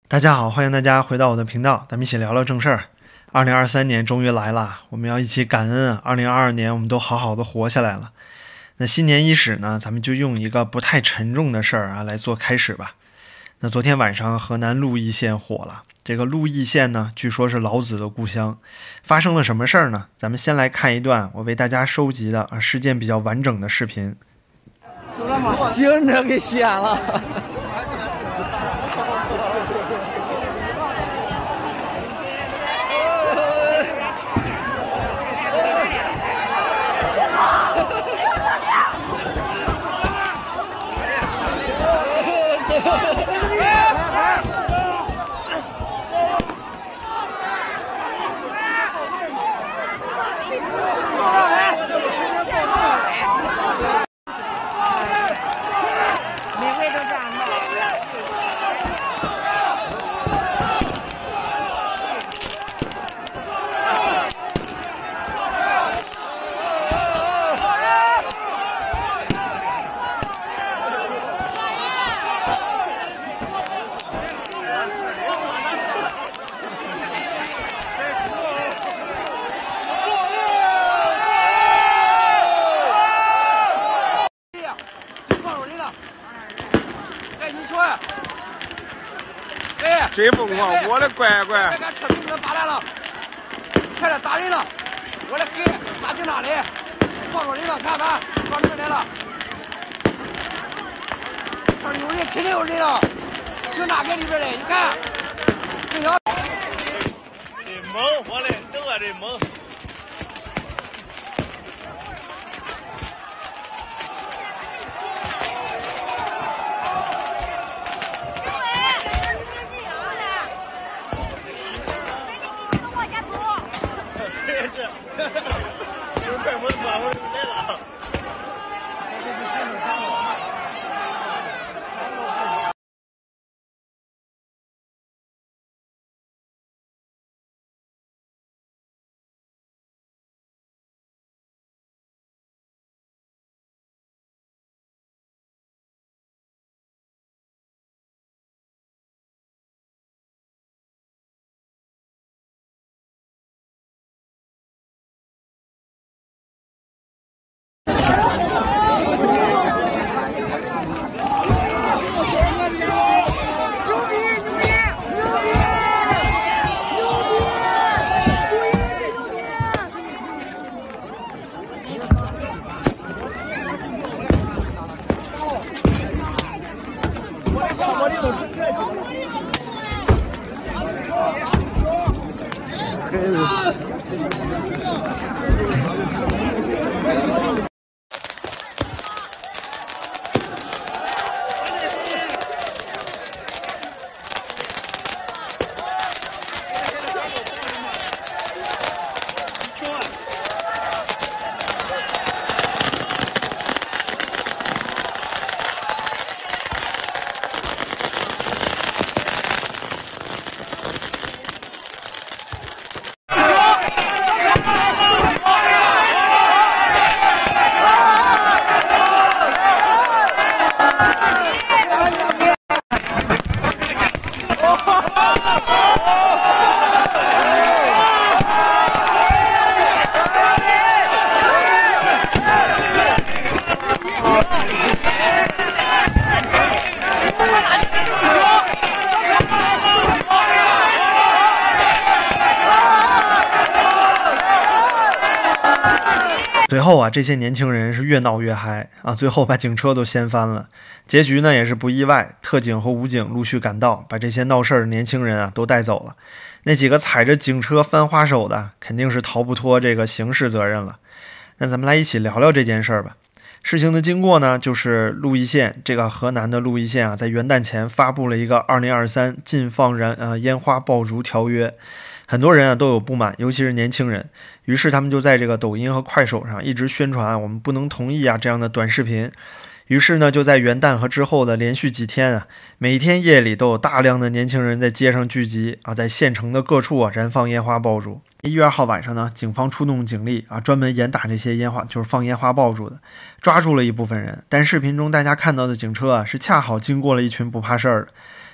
大家好，欢迎大家回到我的频道，咱们一起聊聊正事儿。2023年终于来了，我们要一起感恩啊！2022年我们都好好的活下来了。那新年伊始呢，咱们就用一个不太沉重的事儿啊来做开始吧。那昨天晚上河南鹿邑县火了，这个鹿邑县呢，据说是老子的故乡。发生了什么事儿呢？咱们先来看一段我为大家收集的事件比较完整的视频。 精神给掀了。 真疯狂！我的乖乖！ 快看车顶子扒来了，快点打人了！我来给打警察的，撞着人了，看看撞这边来了，这有人，肯定有人了，警察搁里边嘞，你看，这条。 这猛，我嘞，都啊这猛。 随后啊，这些年轻人是越闹越嗨啊，最后把警车都掀翻了。结局呢也是不意外，特警和武警陆续赶到，把这些闹事儿的年轻人啊都带走了。那几个踩着警车翻花手的，肯定是逃不脱这个刑事责任了。那咱们来一起聊聊这件事儿吧。事情的经过呢，就是鹿邑县这个河南的鹿邑县啊，在元旦前发布了一个2023禁放烟花爆竹条约。很多人啊都有不满，尤其是年轻人。于是他们就在这个抖音和快手上一直宣传我们不能同意啊这样的短视频。于是呢，就在元旦和之后的连续几天啊，每天夜里都有大量的年轻人在街上聚集啊，在县城的各处啊燃放烟花爆竹。1月2号晚上呢，警方出动警力啊，专门严打这些烟花，就是放烟花爆竹的，抓住了一部分人。但视频中大家看到的警车啊，是恰好经过了一群不怕事儿的。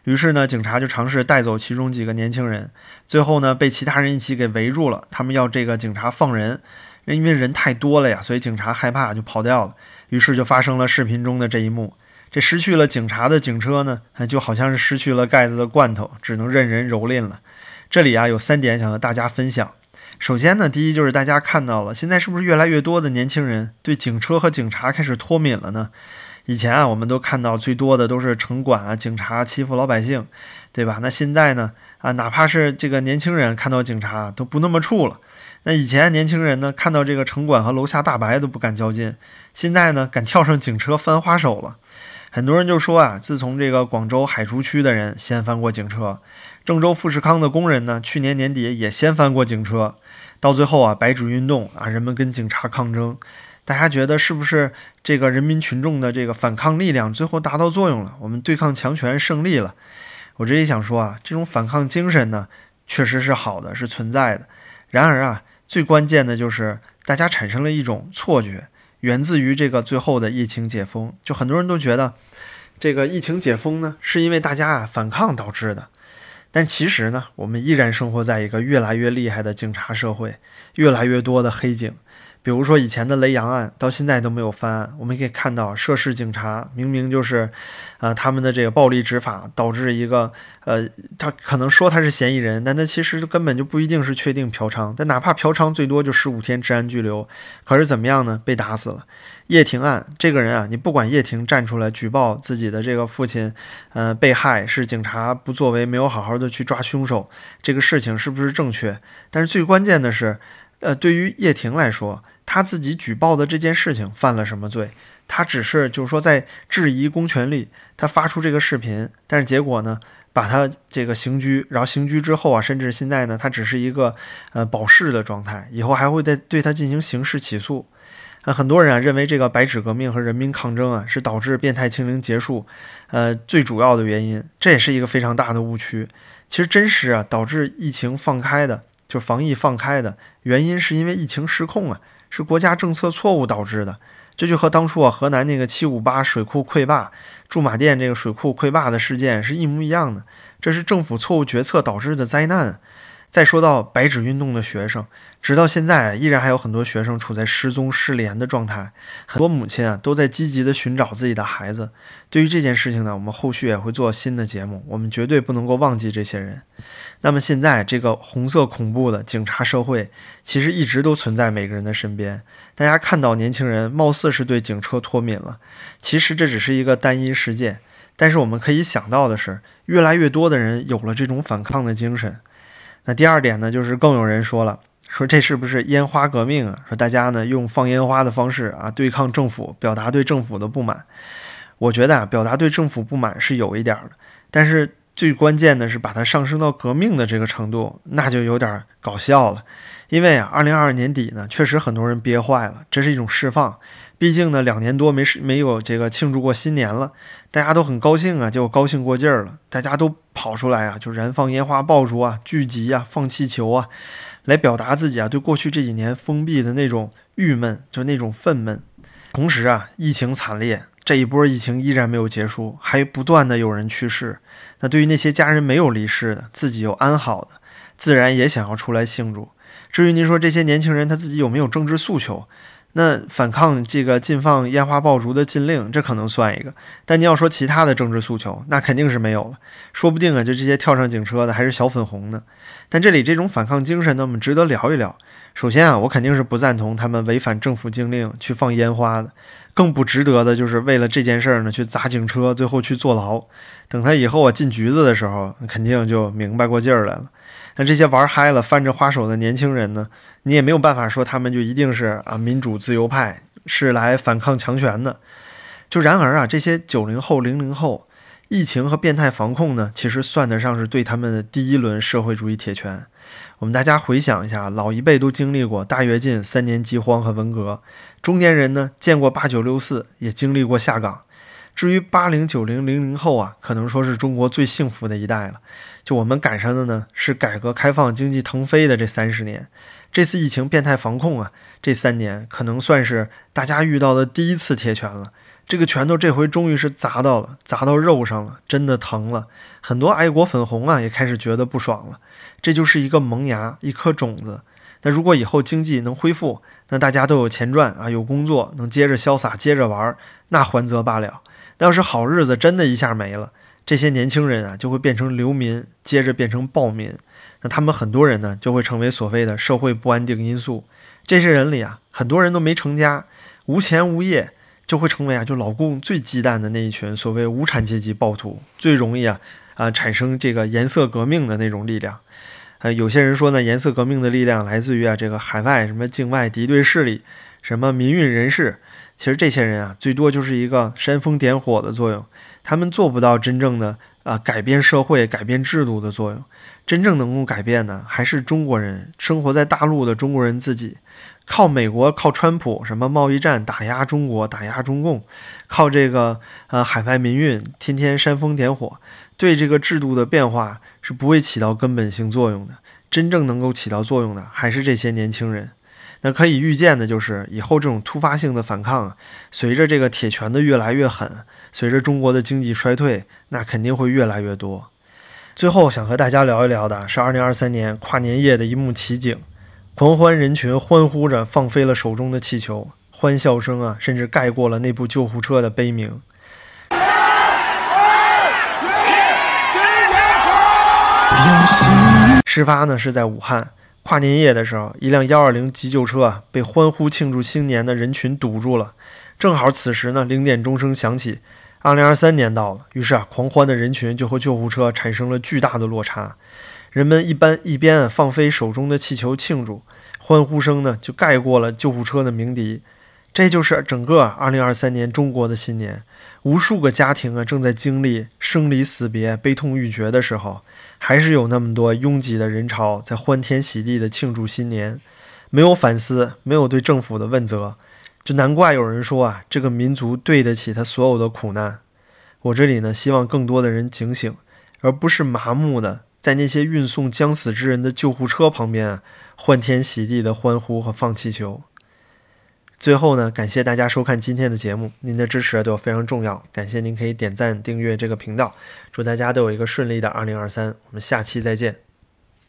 于是呢，警察就尝试带走其中几个年轻人，最后呢，被其他人一起给围住了。他们要这个警察放人，因为人太多了呀，所以警察害怕就跑掉了。于是就发生了视频中的这一幕。这失去了警察的警车呢，就好像是失去了盖子的罐头，只能任人蹂躏了。这里啊，有3点想和大家分享。首先呢，第一就是大家看到了，现在是不是越来越多的年轻人对警车和警察开始脱敏了呢？以前啊，我们都看到最多的都是城管啊、警察欺负老百姓，对吧？那现在呢，哪怕是这个年轻人看到警察都不那么怵了。那以前年轻人呢，看到这个城管和楼下大白都不敢较劲，现在呢，敢跳上警车翻花手了。很多人就说啊，自从这个广州海珠区的人先翻过警车，郑州富士康的工人呢，去年年底也先翻过警车。到最后啊，白纸运动啊，人们跟警察抗争，大家觉得是不是这个人民群众的这个反抗力量最后达到作用了？我们对抗强权胜利了。我这里想说啊，这种反抗精神呢，确实是好的，是存在的。然而啊，最关键的就是大家产生了一种错觉，源自于这个最后的疫情解封。就很多人都觉得这个疫情解封呢，是因为大家反抗导致的。但其实呢，我们依然生活在一个越来越厉害的警察社会，越来越多的黑警。比如说以前的雷洋案到现在都没有翻案，我们可以看到涉事警察明明就是他们的这个暴力执法导致一个他可能说他是嫌疑人，但他其实根本就不一定是确定嫖娼，但哪怕嫖娼最多就15天治安拘留，可是怎么样呢？被打死了。叶婷案这个人啊，你不管叶婷站出来举报自己的这个父亲被害，是警察不作为，没有好好的去抓凶手，这个事情是不是正确？但是最关键的是对于叶婷来说，他自己举报的这件事情犯了什么罪？他只是就是说在质疑公权力，他发出这个视频，但是结果呢，把他这个刑拘，然后刑拘之后啊，甚至现在呢，他只是一个保释的状态，以后还会再对他进行刑事起诉。很多人啊认为这个白纸革命和人民抗争啊是导致变态清零结束最主要的原因，这也是一个非常大的误区。其实真实啊导致疫情放开的，就防疫放开的原因是因为疫情失控啊，是国家政策错误导致的。这就和当初河南那个758水库溃坝、驻马店这个水库溃坝的事件是一模一样的，这是政府错误决策导致的灾难。再说到白纸运动的学生，直到现在依然还有很多学生处在失踪失联的状态，很多母亲都在积极的寻找自己的孩子。对于这件事情呢，我们后续也会做新的节目，我们绝对不能够忘记这些人。那么现在这个红色恐怖的警察社会其实一直都存在每个人的身边，大家看到年轻人貌似是对警车脱敏了，其实这只是一个单一事件，但是我们可以想到的是，越来越多的人有了这种反抗的精神。那第二点呢，就是更有人说了，说这是不是烟花革命啊？说大家呢用放烟花的方式对抗政府，表达对政府的不满。我觉得表达对政府不满是有一点的，但是最关键的是把它上升到革命的这个程度，那就有点搞笑了。因为2022年底呢，确实很多人憋坏了，这是一种释放。毕竟呢，2年多没有这个庆祝过新年了，大家都很高兴啊，结果高兴过劲儿了，大家都跑出来就燃放烟花爆竹聚集放气球来表达自己对过去这几年封闭的那种郁闷，就那种愤懑。同时疫情惨烈，这一波疫情依然没有结束，还不断的有人去世。那对于那些家人没有离世的，自己又安好的，自然也想要出来庆祝。至于您说这些年轻人他自己有没有政治诉求，那反抗这个禁放烟花爆竹的禁令，这可能算一个。但你要说其他的政治诉求，那肯定是没有了。说不定就这些跳上警车的还是小粉红呢。但这里这种反抗精神呢，我们值得聊一聊。首先我肯定是不赞同他们违反政府禁令去放烟花的，更不值得的就是为了这件事呢去砸警车，最后去坐牢。等他以后进局子的时候，肯定就明白过劲儿来了。那这些玩嗨了翻着花手的年轻人呢，你也没有办法说他们就一定是民主自由派，是来反抗强权的。就然而这些90后00后，疫情和变态防控呢，其实算得上是对他们的第一轮社会主义铁拳。我们大家回想一下，老一辈都经历过大跃进、3年饥荒和文革，中年人呢见过8964，也经历过下岗。至于80、90、00后可能说是中国最幸福的一代了。就我们赶上的呢，是改革开放经济腾飞的这30年。这次疫情变态防控这3年可能算是大家遇到的第一次铁拳了。 这个拳头这回终于是砸到了，砸到肉上了，真的疼了。很多爱国粉红啊也开始觉得不爽了。这就是一个萌芽，一颗种子。那如果以后经济能恢复，那大家都有钱赚啊，有工作，能接着潇洒，接着玩，那还则罢了。那要是好日子真的一下没了，这些年轻人啊就会变成流民，接着变成暴民。那他们很多人呢就会成为所谓的社会不安定因素。这些人里啊，很多人都没成家，无钱无业，就会成为啊就老共最忌惮的那一群所谓无产阶级暴徒，最容易产生这个颜色革命的那种力量。有些人说呢，颜色革命的力量来自于这个海外什么境外敌对势力，什么民运人士。其实这些人啊，最多就是一个煽风点火的作用，他们做不到真正的改变社会、改变制度的作用。真正能够改变的，还是中国人，生活在大陆的中国人自己。靠美国、靠川普什么贸易战打压中国、打压中共，靠这个海外民运天天煽风点火，对这个制度的变化是不会起到根本性作用的。真正能够起到作用的，还是这些年轻人。那可以预见的就是，以后这种突发性的反抗，随着这个铁拳的越来越狠，随着中国的经济衰退，那肯定会越来越多。最后想和大家聊一聊的是2023年跨年夜的一幕奇景，狂欢人群欢呼着放飞了手中的气球，欢笑声甚至盖过了那部救护车的悲鸣。事发呢是在武汉，跨年夜的时候，一辆120急救车被欢呼庆祝新年的人群堵住了。正好此时呢0点钟声响起，2023年到了，于是狂欢的人群就和救护车产生了巨大的落差。人们一边放飞手中的气球庆祝，欢呼声呢就盖过了救护车的鸣笛。这就是整个2023年中国的新年，无数个家庭正在经历生离死别、悲痛欲绝的时候，还是有那么多拥挤的人潮在欢天喜地的庆祝新年。没有反思，没有对政府的问责，就难怪有人说这个民族对得起他所有的苦难。我这里呢希望更多的人警醒，而不是麻木的在那些运送将死之人的救护车旁边欢天喜地的欢呼和放气球。最后呢，感谢大家收看今天的节目，您的支持对我非常重要，感谢您可以点赞订阅这个频道，祝大家都有一个顺利的2023，我们下期再见。